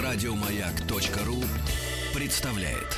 Радиомаяк.ру представляет.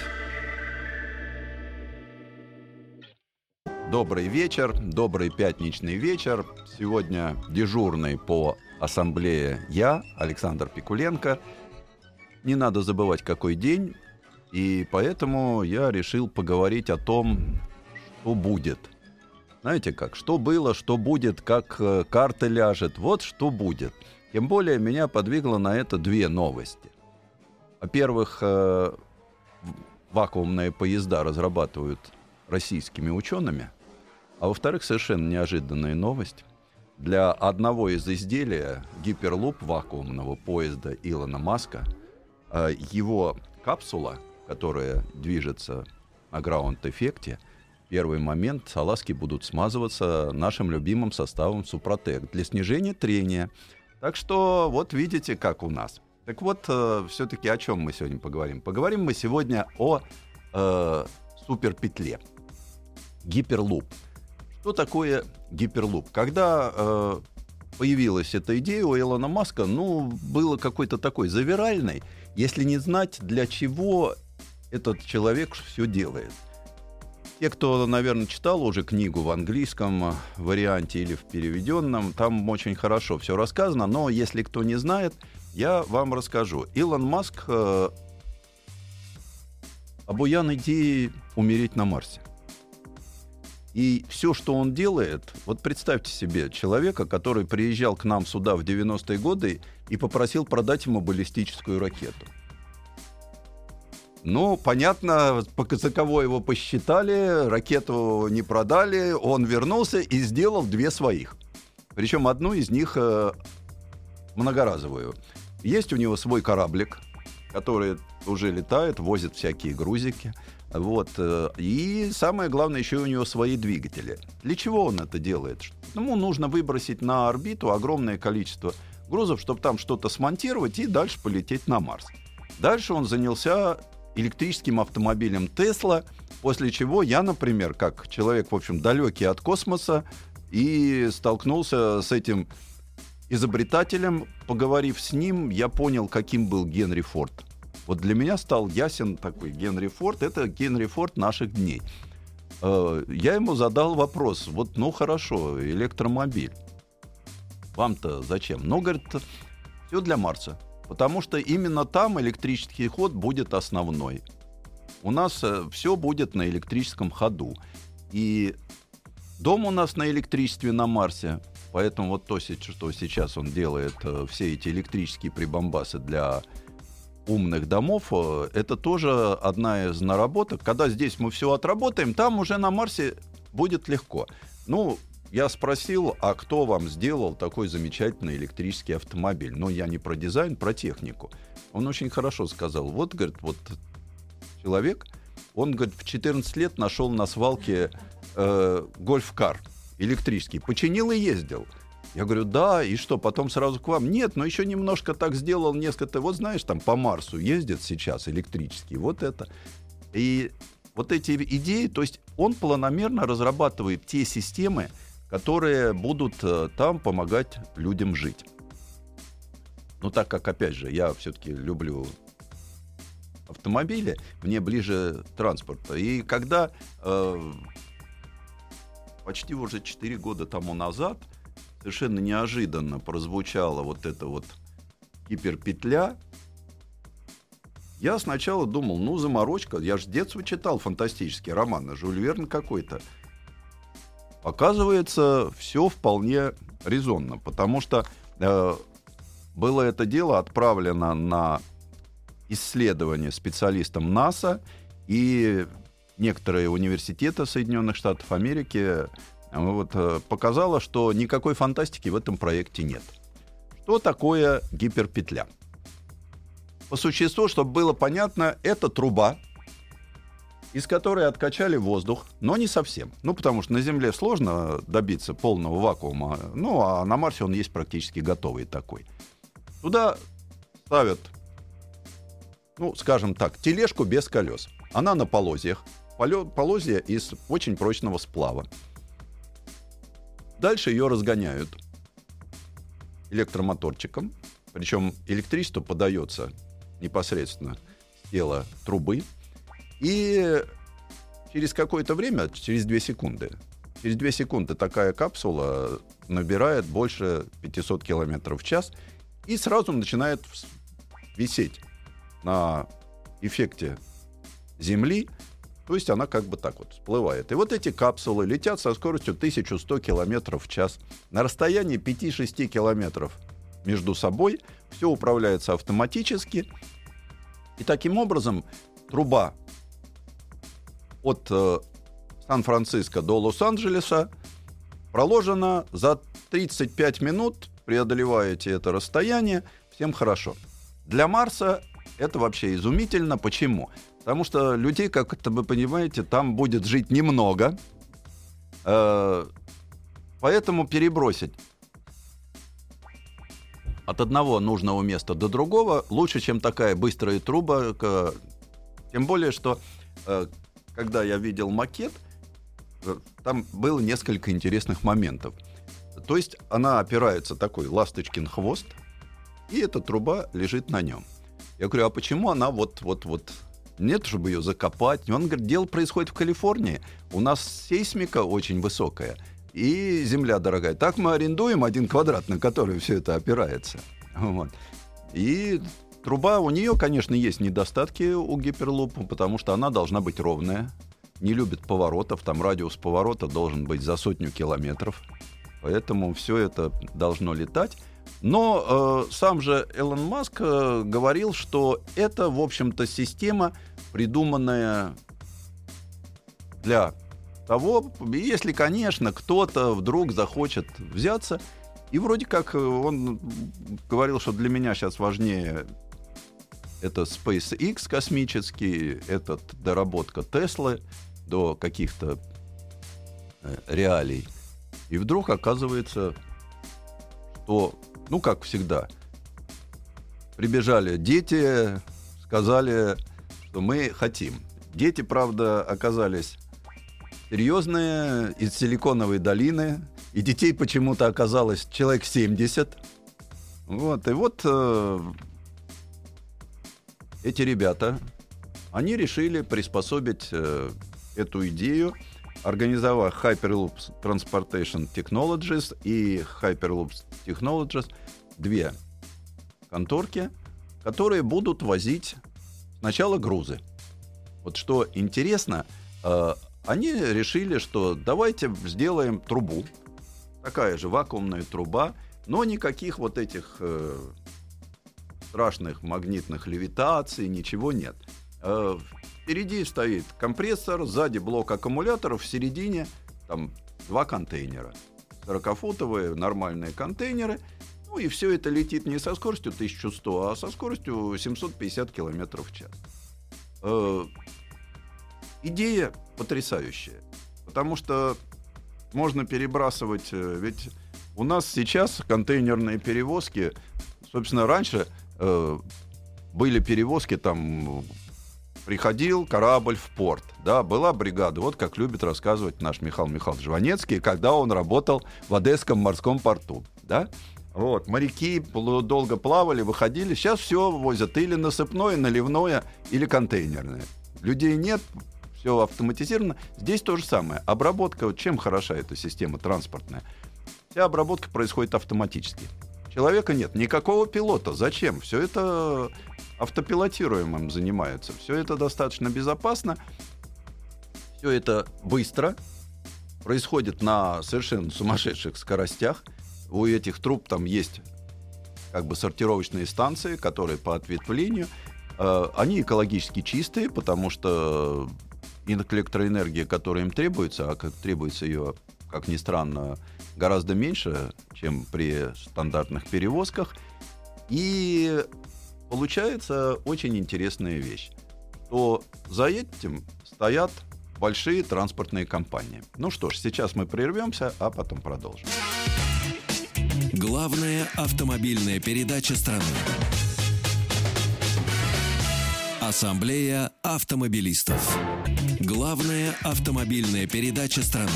Добрый вечер, добрый пятничный вечер. Сегодня дежурный по ассамблее я, Александр Пикуленко. Не надо забывать, какой день, и поэтому я решил поговорить о том, что будет. Знаете как, что было, что будет, как карта ляжет, вот что будет. Тем более меня подвигло на это две новости. Во-первых, вакуумные поезда разрабатывают российскими учеными. А во-вторых, совершенно неожиданная новость. Для одного из изделий Hyperloop вакуумного поезда Илона Маска, его капсула, которая движется на граунд-эффекте, в первый момент салазки будут смазываться нашим любимым составом Супротек для снижения трения. Так что вот видите, как у нас. Так вот, все-таки о чем мы сегодня поговорим? Поговорим мы сегодня о суперпетле. Hyperloop. Что такое Hyperloop? Когда появилась эта идея у Илона Маска, было какой-то такой завиральной, если не знать, для чего этот человек все делает. Те, кто, наверное, читал уже книгу в английском варианте или в переведенном, там очень хорошо все рассказано, но если кто не знает, я вам расскажу. Илон Маск обуян идеей умереть на Марсе. И все, что он делает, вот представьте себе человека, который приезжал к нам сюда в 90-е годы и попросил продать ему баллистическую ракету. Понятно, за кого его посчитали, ракету не продали, он вернулся и сделал две своих. Причем одну из них многоразовую. Есть у него свой кораблик, который уже летает, возит всякие грузики. И самое главное, еще у него свои двигатели. Для чего он это делает? Ему нужно выбросить на орбиту огромное количество грузов, чтобы там что-то смонтировать и дальше полететь на Марс. Дальше он занялся электрическим автомобилем Tesla, после чего я, например, как человек, в общем, далекий от космоса, и столкнулся с этим изобретателем. Поговорив с ним, я понял, каким был Генри Форд. Вот для меня стал ясен такой Генри Форд. Это Генри Форд наших дней. Я ему задал вопрос. Хорошо, электромобиль. Вам-то зачем? Говорит, все для Марса. Потому что именно там электрический ход будет основной. У нас все будет на электрическом ходу. И дом у нас на электричестве на Марсе. Поэтому то, что сейчас он делает, все эти электрические прибамбасы для умных домов, это тоже одна из наработок. Когда здесь мы все отработаем, там уже на Марсе будет легко. Я спросил, а кто вам сделал такой замечательный электрический автомобиль? Я не про дизайн, про технику. Он очень хорошо сказал. Человек, он, говорит, в 14 лет нашел на свалке гольф-кар электрический. Починил и ездил. Я говорю, да, и что, потом сразу к вам? Нет, еще немножко так сделал, несколько... знаешь, там по Марсу ездят сейчас электрические, это. И эти идеи, то есть он планомерно разрабатывает те системы, которые будут там помогать людям жить. Так как, опять же, я все-таки люблю автомобили, мне ближе транспорта. И когда почти уже 4 года тому назад совершенно неожиданно прозвучала эта гиперпетля, я сначала думал, заморочка. Я же с детства читал фантастические романы, Жюль Верн какой-то. Оказывается, все вполне резонно, потому что было это дело отправлено на исследование специалистам НАСА, и некоторые университеты Соединенных Штатов Америки показало, что никакой фантастики в этом проекте нет. Что такое гиперпетля? По существу, чтобы было понятно, это труба, из которой откачали воздух, но не совсем. Потому что на Земле сложно добиться полного вакуума, а на Марсе он есть практически готовый такой. Туда ставят, скажем так, тележку без колес. Она на полозьях. Полозья из очень прочного сплава. Дальше ее разгоняют электромоторчиком. Причем электричество подается непосредственно с тела трубы. И через какое-то время, через 2 секунды такая капсула набирает больше 500 километров в час и сразу начинает висеть на эффекте Земли. То есть она как бы так вот всплывает. И вот эти капсулы летят со скоростью 1100 километров в час. На расстоянии 5-6 километров между собой. Все управляется автоматически. И таким образом труба от Сан-Франциско до Лос-Анджелеса проложена за 35 минут. Преодолеваете это расстояние, всем хорошо. Для Марса это вообще изумительно. Почему? Потому что людей, как это вы понимаете, там будет жить немного. Поэтому перебросить от одного нужного места до другого лучше, чем такая быстрая труба. Тем более, что когда я видел макет, там было несколько интересных моментов. То есть она опирается, такой ласточкин хвост, и эта труба лежит на нем. Я говорю, а почему она вот... Нет, чтобы ее закопать. Он говорит, дело происходит в Калифорнии. У нас сейсмика очень высокая. И земля дорогая. Так мы арендуем 1 квадрат, на который все это опирается. Вот. И труба, у нее, конечно, есть недостатки у гиперлупа, потому что она должна быть ровная. Не любит поворотов. Там радиус поворота должен быть за 100 километров. Поэтому все это должно летать. Но сам же Илон Маск говорил, что это, в общем-то, система, придуманная для того, если, конечно, кто-то вдруг захочет взяться. И вроде как он говорил, что для меня сейчас важнее это SpaceX космический, этот доработка Теслы до каких-то реалий. И вдруг оказывается, что, ну, как всегда, прибежали дети, сказали, что мы хотим. Дети, правда, оказались серьезные, из Силиконовой долины, и детей почему-то оказалось человек 70. Вот, и вот эти ребята, они решили приспособить эту идею, организовав Hyperloop Transportation Technologies и Hyperloop Technologies, 2 конторки, которые будут возить сначала грузы. Вот что интересно, они решили, что давайте сделаем трубу, такая же вакуумная труба, но никаких вот этих страшных магнитных левитаций, ничего нет. Впереди стоит компрессор, сзади блок аккумуляторов, в середине там 2 контейнера. 40-футовые нормальные контейнеры. Ну и все это летит не со скоростью 1100, а со скоростью 750 км в час. Идея потрясающая. Потому что можно перебрасывать... Ведь у нас сейчас контейнерные перевозки... Собственно, раньше были перевозки там... Приходил корабль в порт, да, была бригада, вот как любит рассказывать наш Михаил Михайлович Жванецкий, когда он работал в Одесском морском порту, да. Вот, моряки долго плавали, выходили, сейчас все возят или насыпное, наливное, или контейнерное. Людей нет, все автоматизировано. Здесь то же самое. Обработка, вот чем хороша эта система транспортная? Вся обработка происходит автоматически. Человека нет, никакого пилота. Зачем? Все это автопилотируемым занимаются. Все это достаточно безопасно. Все это быстро. Происходит на совершенно сумасшедших скоростях. У этих труб там есть как бы сортировочные станции, которые по ответвлению. Они экологически чистые, потому что электроэнергия, которая им требуется, а как требуется ее, как ни странно, гораздо меньше, чем при стандартных перевозках. И получается очень интересная вещь, что за этим стоят большие транспортные компании. Ну что ж, сейчас мы прервемся, а потом продолжим. Главная автомобильная передача страны. Ассамблея автомобилистов. Главная автомобильная передача страны.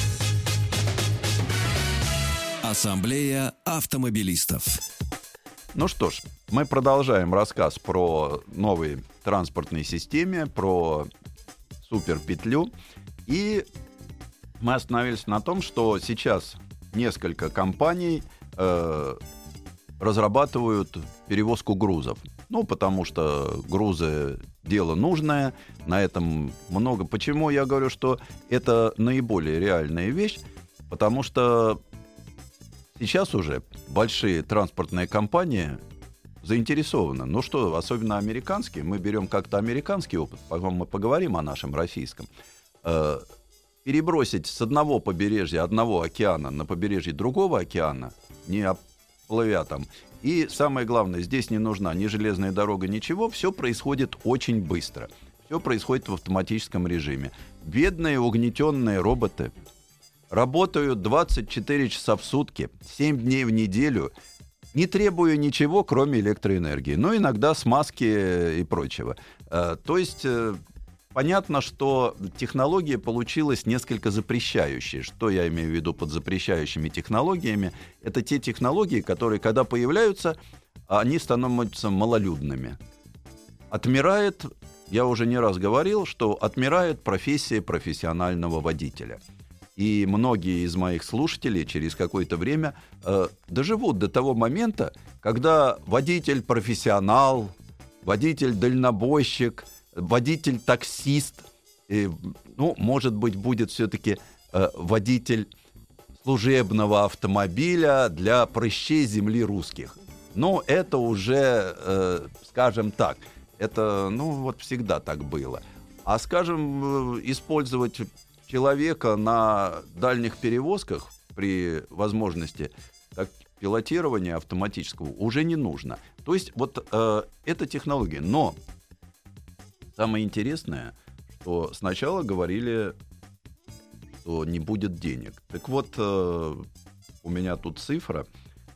Ассамблея автомобилистов. Ну что ж, мы продолжаем рассказ про новые транспортные системы, про суперпетлю. И мы остановились на том, что сейчас несколько компаний разрабатывают перевозку грузов. Ну, потому что грузы — дело нужное, на этом много. Почему я говорю, что это наиболее реальная вещь? Потому что сейчас уже большие транспортные компании заинтересованы. Ну что, особенно американские. Мы берем как-то американский опыт, потом мы поговорим о нашем российском. Перебросить с одного побережья, одного океана на побережье другого океана, не плывя там. И самое главное, здесь не нужна ни железная дорога, ничего. Все происходит очень быстро. Все происходит в автоматическом режиме. Бедные угнетенные роботы работают 24 часа в сутки, 7 дней в неделю, не требуя ничего, кроме электроэнергии. Ну, иногда смазки и прочего. То есть понятно, что технология получилась несколько запрещающей. Что я имею в виду под запрещающими технологиями? Это те технологии, которые, когда появляются, они становятся малолюдными. Отмирает, я уже не раз говорил, что отмирает профессия профессионального водителя. И многие из моих слушателей через какое-то время доживут до того момента, когда водитель-профессионал, водитель-дальнобойщик, водитель-таксист, может быть, будет все-таки водитель служебного автомобиля для прыщей земли русских. Но это уже, скажем так, это, всегда так было. А, скажем, использовать человека на дальних перевозках при возможности пилотирования автоматического уже не нужно. То есть эта технология. Но самое интересное, что сначала говорили, что не будет денег. Так вот, у меня тут цифра.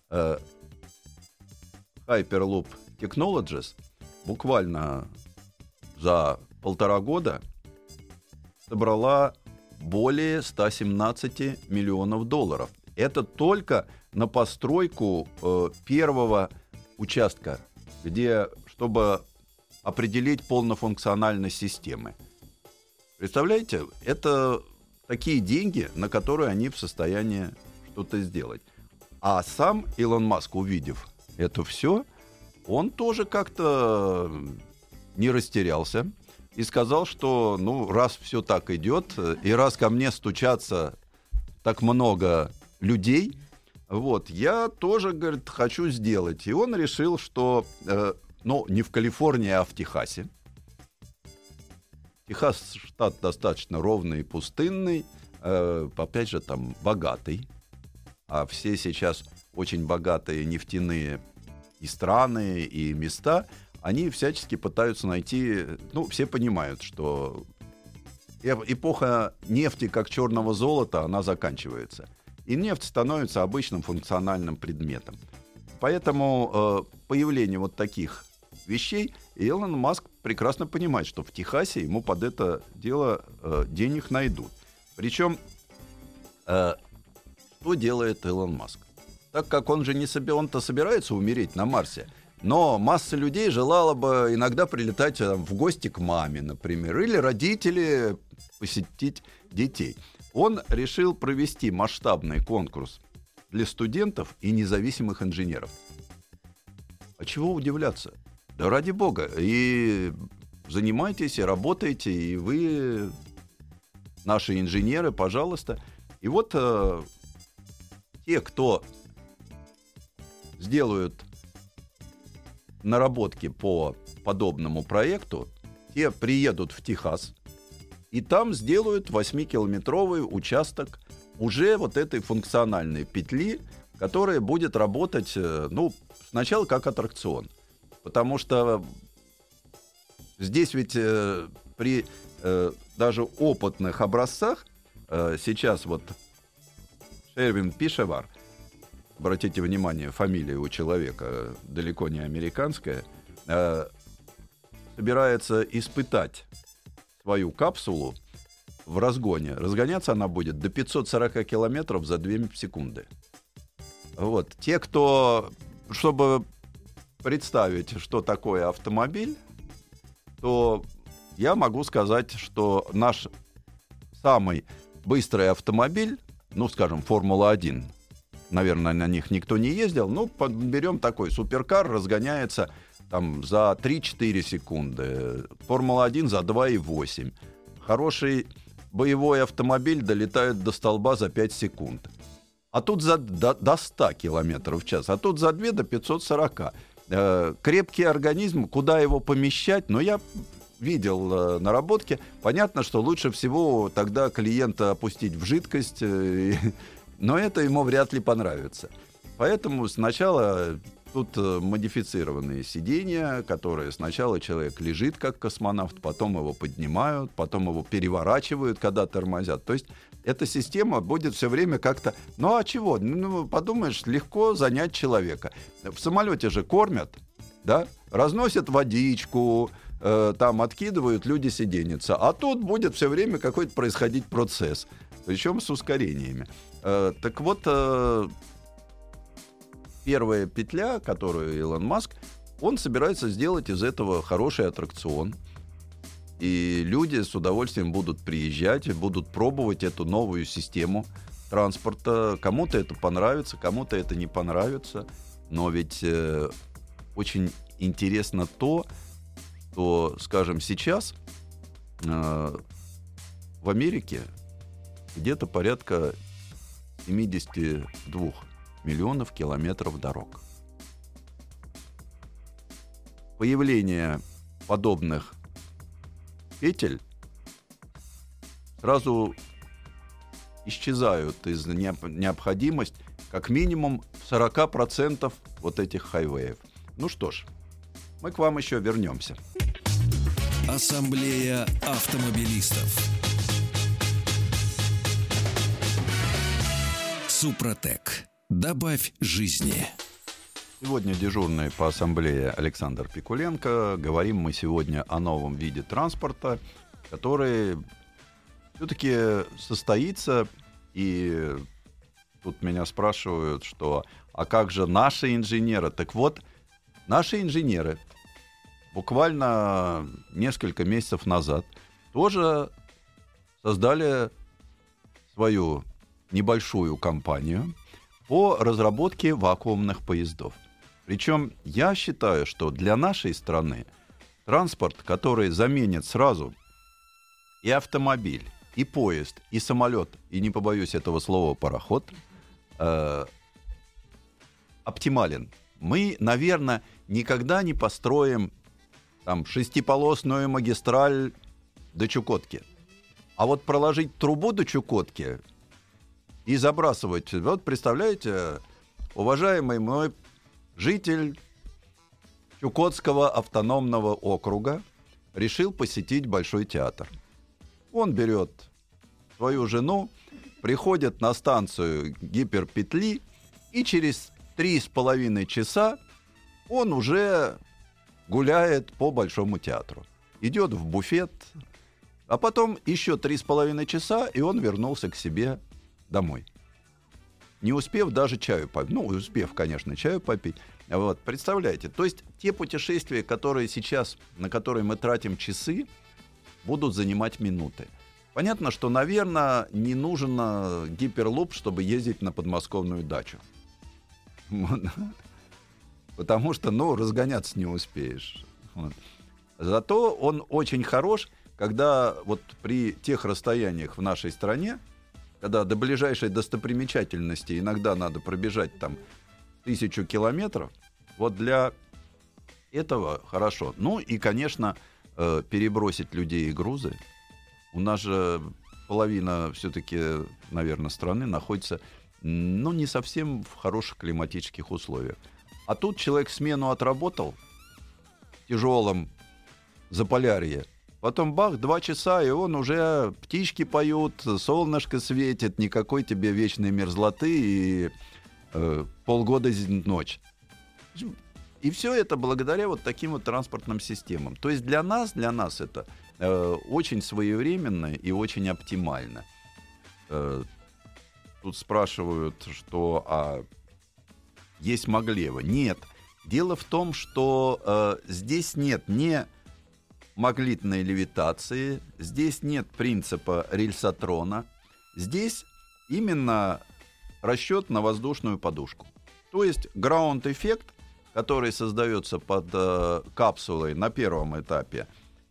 Hyperloop Technologies буквально за 1,5 года собрала более 117 миллионов долларов. Это только на постройку первого участка, чтобы определить полнофункциональность системы. Представляете, это такие деньги, на которые они в состоянии что-то сделать. А сам Илон Маск, увидев это все, он тоже как-то не растерялся и сказал, что раз все так идет, и раз ко мне стучатся так много людей, я тоже, говорит, хочу сделать. И он решил, что не в Калифорнии, а в Техасе. Техас штат достаточно ровный и пустынный, опять же, там богатый. А все сейчас очень богатые нефтяные и страны, и места, они всячески пытаются найти... все понимают, что эпоха нефти как черного золота, она заканчивается. И нефть становится обычным функциональным предметом. Поэтому появление таких вещей, Илон Маск прекрасно понимает, что в Техасе ему под это дело денег найдут. Причем, что делает Илон Маск? Так как он-то собирается умереть на Марсе, но масса людей желала бы иногда прилетать в гости к маме, например, или родители посетить детей. Он решил провести масштабный конкурс для студентов и независимых инженеров. А чего удивляться? Да ради бога. И занимайтесь, и работайте, и вы, наши инженеры, пожалуйста. И те, кто сделают наработки по подобному проекту, те приедут в Техас, и там сделают 8-километровый участок уже этой функциональной петли, которая будет работать, сначала как аттракцион. Потому что здесь ведь при даже опытных образцах сейчас Шервин Пешавар, обратите внимание, фамилия у человека далеко не американская, собирается испытать свою капсулу в разгоне. Разгоняться она будет до 540 километров за 2 секунды. Те, кто, чтобы представить, что такое автомобиль, то я могу сказать, что наш самый быстрый автомобиль, ну, скажем, Формула-1, наверное, на них никто не ездил, ну, берем такой суперкар, разгоняется там за 3-4 секунды, Формула-1 за 2,8. Хороший боевой автомобиль долетает до столба за 5 секунд. А тут до 100 км в час, а тут за 2 до 540. Крепкий организм, куда его помещать? Но я видел наработки. Понятно, что лучше всего тогда клиента опустить в жидкость, но это ему вряд ли понравится. Поэтому сначала тут модифицированные сиденья, которые сначала человек лежит как космонавт, потом его поднимают, потом его переворачивают, когда тормозят. То есть эта система будет все время как-то... Ну а чего? Ну, подумаешь, легко занять человека. В самолете же кормят, да? Разносят водичку, там откидывают, люди сиденятся. А тут будет все время какой-то происходить процесс, причем с ускорениями. Так вот, первая петля, которую Илон Маск, он собирается сделать из этого хороший аттракцион. И люди с удовольствием будут приезжать, будут пробовать эту новую систему транспорта. Кому-то это понравится, кому-то это не понравится. Но ведь очень интересно то, что, скажем, сейчас в Америке где-то порядка 72 миллионов километров дорог. Появление подобных петель сразу исчезают из необходимость как минимум 40% вот этих хайвеев. Ну что ж, мы к вам еще вернемся. Ассамблея автомобилистов. Супротек. Добавь жизни. Сегодня дежурный по ассамблее Александр Пикуленко. Говорим мы сегодня о новом виде транспорта, который все-таки состоится. И тут меня спрашивают, что а как же наши инженеры? Так вот, наши инженеры буквально несколько месяцев назад тоже создали свою небольшую компанию по разработке вакуумных поездов. Причем я считаю, что для нашей страны транспорт, который заменит сразу и автомобиль, и поезд, и самолет, и, не побоюсь этого слова, пароход, оптимален. Мы, наверное, никогда не построим там шестиполосную магистраль до Чукотки. А вот проложить трубу до Чукотки и забрасывать... Вот представляете, уважаемый мой житель Чукотского автономного округа решил посетить Большой театр. Он берет свою жену, приходит на станцию гиперпетли, и через 3,5 часа он уже гуляет по Большому театру. Идет в буфет, а потом еще 3,5 часа, и он вернулся к себе домой. Не успев даже чаю попить. Ну, успев, конечно, чаю попить. Вот, представляете, то есть те путешествия, которые сейчас, на которые мы тратим часы, будут занимать минуты. Понятно, что, наверное, не нужен гиперлуп, чтобы ездить на подмосковную дачу. Потому что, разгоняться не успеешь. Вот. Зато он очень хорош, когда вот при тех расстояниях в нашей стране, когда до ближайшей достопримечательности иногда надо пробежать там 1000 километров, вот для этого хорошо. Ну и, конечно, перебросить людей и грузы. У нас же половина все-таки, наверное, страны находится, не совсем в хороших климатических условиях. А тут человек смену отработал в тяжелом Заполярье. Потом бах, 2 часа, и он уже птички поют, солнышко светит, никакой тебе вечной мерзлоты и полгода ночь. И все это благодаря вот таким вот транспортным системам. То есть для нас это очень своевременно и очень оптимально. Тут спрашивают, что есть Моглева. Нет, Дело в том, что здесь нет ни магнитной левитации, здесь нет принципа рельсотрона, здесь именно расчет на воздушную подушку. То есть граунд-эффект, который создается под капсулой на первом этапе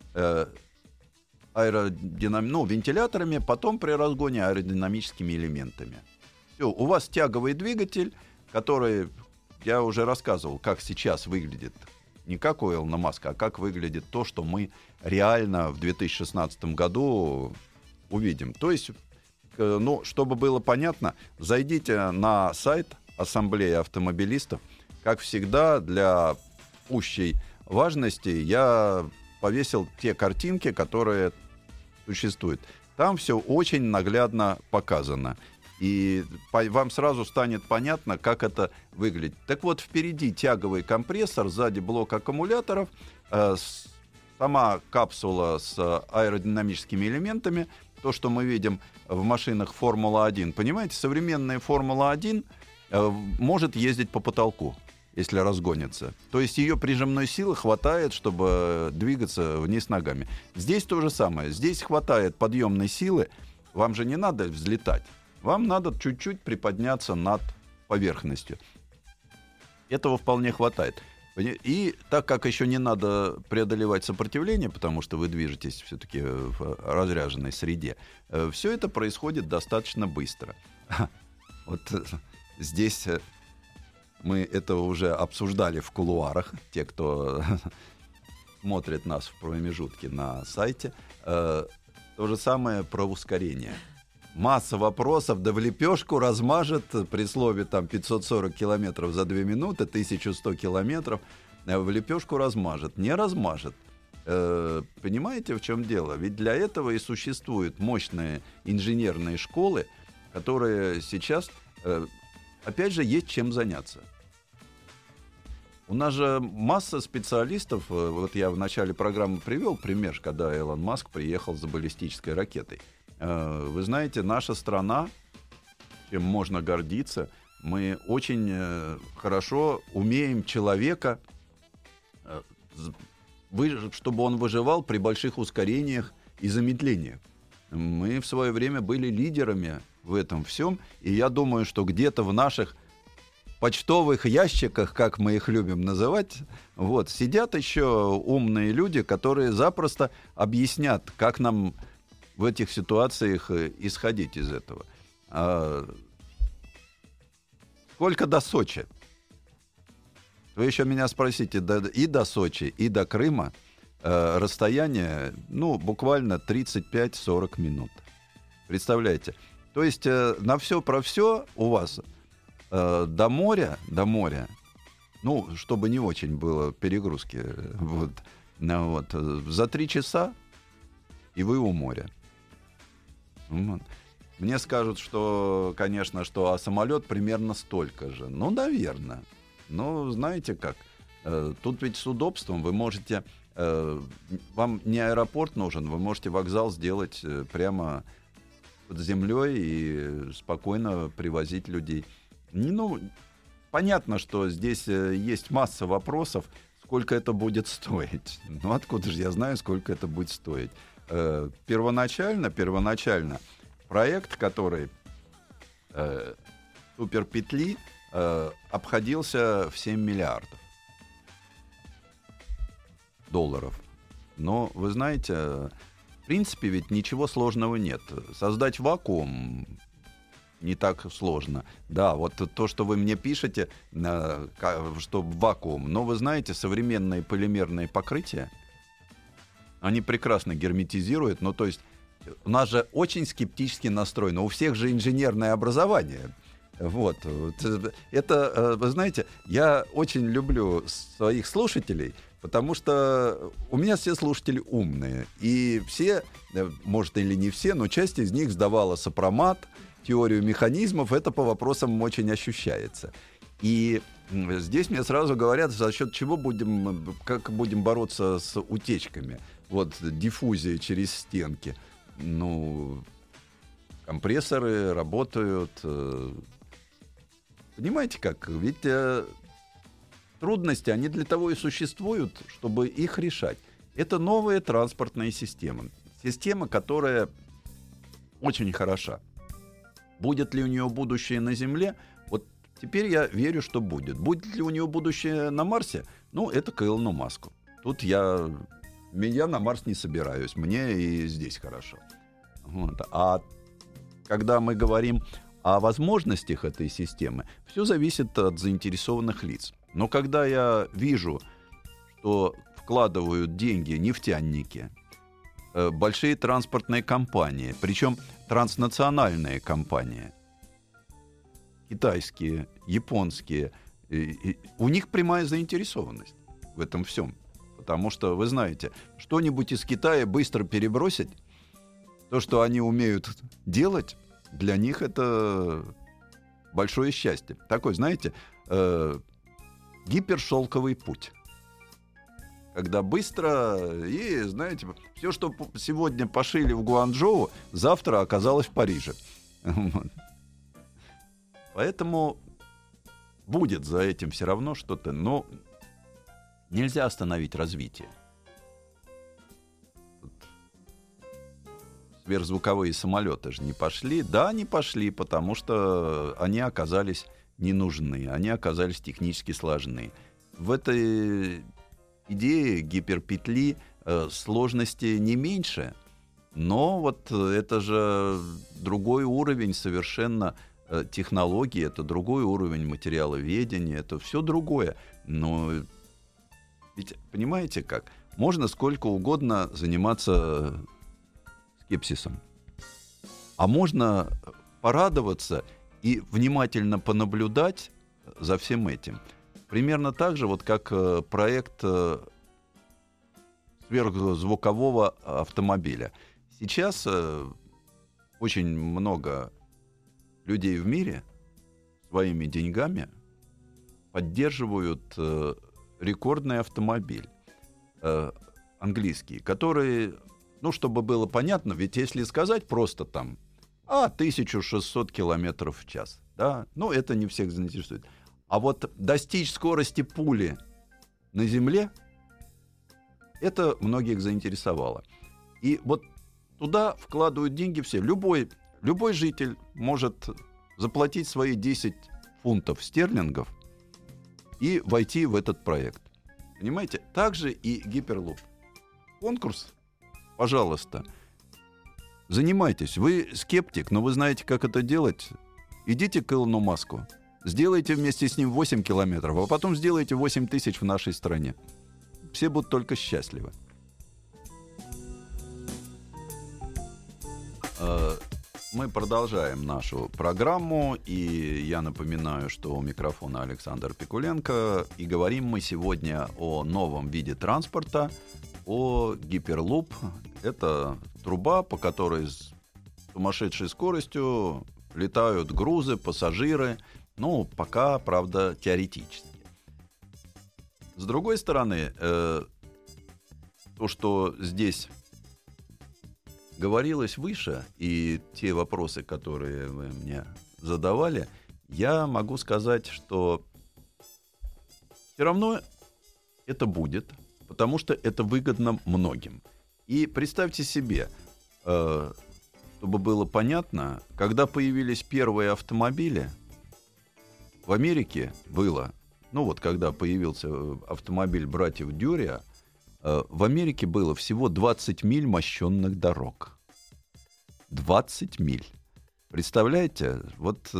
вентиляторами, потом при разгоне аэродинамическими элементами. Все, у вас тяговый двигатель, который, я уже рассказывал, как сейчас выглядит, не как у Илона Маска, а как выглядит то, что мы реально в 2016 году увидим. То есть, чтобы было понятно, зайдите на сайт Ассамблеи автомобилистов. Как всегда, для пущей важности я повесил те картинки, которые существуют. Там все очень наглядно показано. И вам сразу станет понятно, как это выглядит. Так вот, впереди тяговый компрессор, сзади блок аккумуляторов, сама капсула с аэродинамическими элементами, то, что мы видим в машинах Формула-1. Понимаете, современная Формула-1 может ездить по потолку, если разгонится. То есть ее прижимной силы хватает, чтобы двигаться вниз ногами. Здесь то же самое. Здесь хватает подъемной силы. Вам же не надо взлетать. Вам надо чуть-чуть приподняться над поверхностью. Этого вполне хватает. И так как еще не надо преодолевать сопротивление, потому что вы движетесь все-таки в разряженной среде, все это происходит достаточно быстро. Вот здесь мы это уже обсуждали в кулуарах, те, кто смотрит нас в промежутке на сайте. То же самое про ускорение. Масса вопросов, да в лепешку размажет при слове там 540 километров за 2 минуты, 1100 километров, в лепешку размажет. Не размажет. Понимаете, в чем дело? Ведь для этого и существуют мощные инженерные школы, которые сейчас, опять же, есть чем заняться. У нас же масса специалистов. Вот я в начале программы привел пример, когда Илон Маск приехал за баллистической ракетой. Вы знаете, наша страна, чем можно гордиться, мы очень хорошо умеем человека, чтобы он выживал при больших ускорениях и замедлениях. Мы в свое время были лидерами в этом всем, и я думаю, что где-то в наших почтовых ящиках, как мы их любим называть, сидят еще умные люди, которые запросто объяснят, как нам в этих ситуациях исходить из этого. Сколько до Сочи? Вы еще меня спросите, и до Сочи, и до Крыма расстояние, буквально 35-40 минут. Представляете? То есть на все про все у вас до моря, чтобы не очень было перегрузки, за 3 часа, и вы у моря. Мне скажут, что, конечно, а самолет примерно столько же. Наверное. Но знаете как? Тут ведь с удобством вы можете... Вам не аэропорт нужен, вы можете вокзал сделать прямо под землей и спокойно привозить людей. Понятно, что здесь есть масса вопросов, сколько это будет стоить. Откуда же я знаю, сколько это будет стоить? Первоначально проект, который суперпетли, обходился в 7 миллиардов долларов. Но, вы знаете, в принципе, ведь ничего сложного нет. Создать вакуум не так сложно. Да, вот то, что вы мне пишете, что вакуум. Но, вы знаете, современные полимерные покрытия, они прекрасно герметизируют. То есть у нас же очень скептически настроено. У всех же инженерное образование. Это, вы знаете, я очень люблю своих слушателей, потому что у меня все слушатели умные. И все, может или не все, но часть из них сдавала сопромат, теорию механизмов. Это по вопросам очень ощущается. И здесь мне сразу говорят, за счет чего как будем бороться с утечками. Диффузия через стенки. Компрессоры работают. Понимаете как? Ведь трудности, они для того и существуют, чтобы их решать. Это новая транспортная система. Система, которая очень хороша. Будет ли у нее будущее на Земле? Вот теперь я верю, что будет. Будет ли у нее будущее на Марсе? Ну, это к Илону Маску. Тут я на Марс не собираюсь. Мне и здесь хорошо. Вот. А когда мы говорим о возможностях этой системы, все зависит от заинтересованных лиц. Но когда я вижу, что вкладывают деньги нефтяники, большие транспортные компании, причем транснациональные компании, китайские, японские, у них прямая заинтересованность в этом всем. Потому что, вы знаете, что-нибудь из Китая быстро перебросить, то, что они умеют делать, для них это большое счастье. Такой, знаете, гипершелковый путь. Когда быстро, и, знаете, все, что сегодня пошили в Гуанчжоу, завтра оказалось в Париже. Поэтому будет за этим все равно что-то, но нельзя остановить развитие. Сверхзвуковые самолеты же не пошли. Да, не пошли, потому что они оказались не нужны, они оказались технически сложны. В этой идее гиперпетли сложности не меньше, но вот это же другой уровень совершенно технологий, это другой уровень материаловедения, это все другое. Но ведь понимаете как? Можно сколько угодно заниматься скепсисом, а можно порадоваться и внимательно понаблюдать за всем этим. Примерно так же, вот как проект сверхзвукового автомобиля. Сейчас очень много людей в мире своими деньгами поддерживают рекордный автомобиль английский, который, ну, чтобы было понятно, ведь если сказать просто там 1600 километров в час, да, ну, это не всех заинтересует. А вот достичь скорости пули на Земле, это многих заинтересовало. И вот туда вкладывают деньги все. Любой житель может заплатить свои 10 фунтов стерлингов и войти в этот проект. Понимаете? Также и Гиперлуп. Конкурс, пожалуйста, занимайтесь. Вы скептик, но вы знаете, как это делать. Идите к Илону Маску. Сделайте вместе с ним 8 километров, а потом сделайте 8 тысяч в нашей стране. Все будут только счастливы. Мы продолжаем нашу программу, и я напоминаю, что у микрофона Александр Пикуленко, и говорим мы сегодня о новом виде транспорта, о гиперлуп. Это труба, по которой с сумасшедшей скоростью летают грузы, пассажиры. Ну, пока, правда, теоретически. С другой стороны, то, что здесь говорилось выше, и те вопросы, которые вы мне задавали, я могу сказать, что все равно это будет, потому что это выгодно многим. И представьте себе, чтобы было понятно, когда появились первые автомобили, в Америке было, ну вот когда появился автомобиль братьев Дюрия, в Америке было всего 20 миль мощенных дорог. 20 миль. Представляете? Вот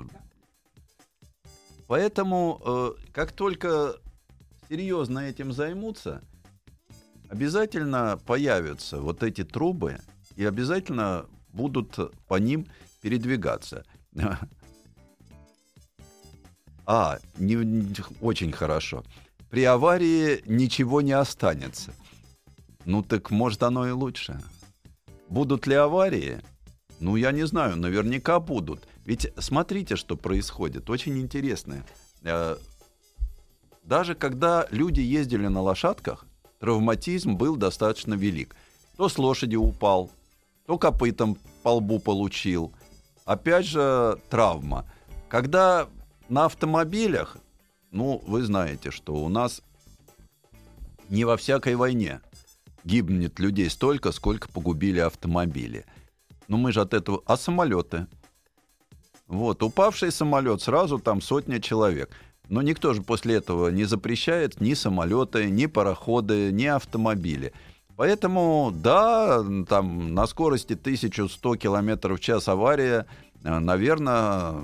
поэтому, как только серьезно этим займутся, обязательно появятся вот эти трубы и обязательно будут по ним передвигаться. Очень хорошо. При аварии ничего не останется. Ну так может оно и лучше. Будут ли аварии? Ну я не знаю, наверняка будут. Ведь смотрите, что происходит. Очень интересно. Даже когда люди ездили на лошадках, травматизм был достаточно велик. То с лошади упал, то копытом по лбу получил. Опять же травма. Когда на автомобилях, вы знаете, что у нас не во всякой войне гибнет людей столько, сколько погубили автомобили. Мы же от этого... А самолеты? Упавший самолет, сразу там сотня человек. Но никто же после этого не запрещает ни самолеты, ни пароходы, ни автомобили. Поэтому, да, там на скорости 1100 км в час авария, наверное,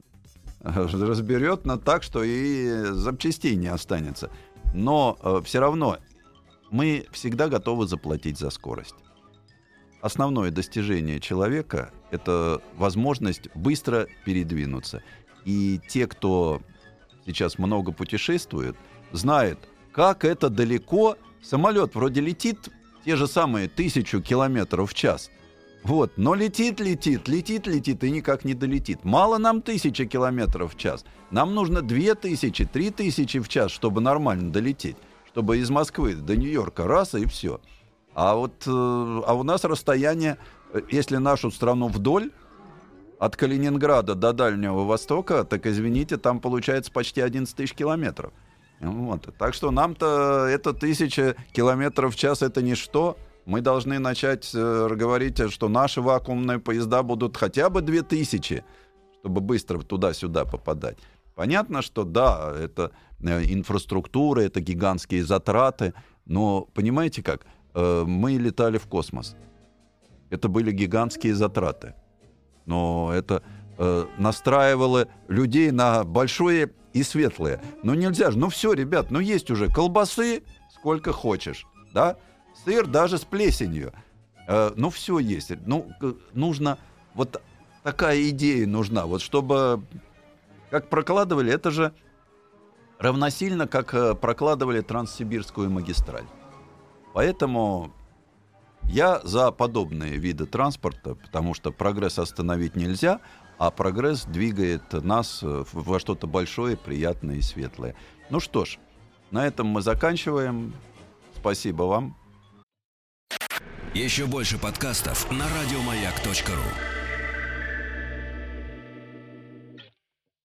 разберет так, что и запчастей не останется. Но все равно мы всегда готовы заплатить за скорость. Основное достижение человека — это возможность быстро передвинуться. И те, кто сейчас много путешествует, знают, как это далеко. Самолет вроде летит те же самые 1000 километров в час. Но летит и никак не долетит. Мало нам 1000 километров в час. Нам нужно 2000, 3000 в час, чтобы нормально долететь. Чтобы из Москвы до Нью-Йорка раз и все. А у нас расстояние, если нашу страну вдоль, от Калининграда до Дальнего Востока, так, извините, там получается почти 11 тысяч километров. Так что нам-то это 1000 километров в час — это ничто. Мы должны начать говорить, что наши вакуумные поезда будут хотя бы 2000, чтобы быстро туда-сюда попадать. Понятно, что да, это инфраструктура, это гигантские затраты, но понимаете как? Мы летали в космос. Это были гигантские затраты. Но это настраивало людей на большое и светлое. Нельзя же. Все, ребят, есть уже колбасы сколько хочешь, да? Сыр даже с плесенью. Все есть. Нужно... такая идея нужна. Чтобы... Как прокладывали, это же равносильно, как прокладывали Транссибирскую магистраль. Поэтому я за подобные виды транспорта, потому что прогресс остановить нельзя, а прогресс двигает нас во что-то большое, приятное и светлое. Что ж, на этом мы заканчиваем. Спасибо вам. Еще больше подкастов на радиомаяк.ру.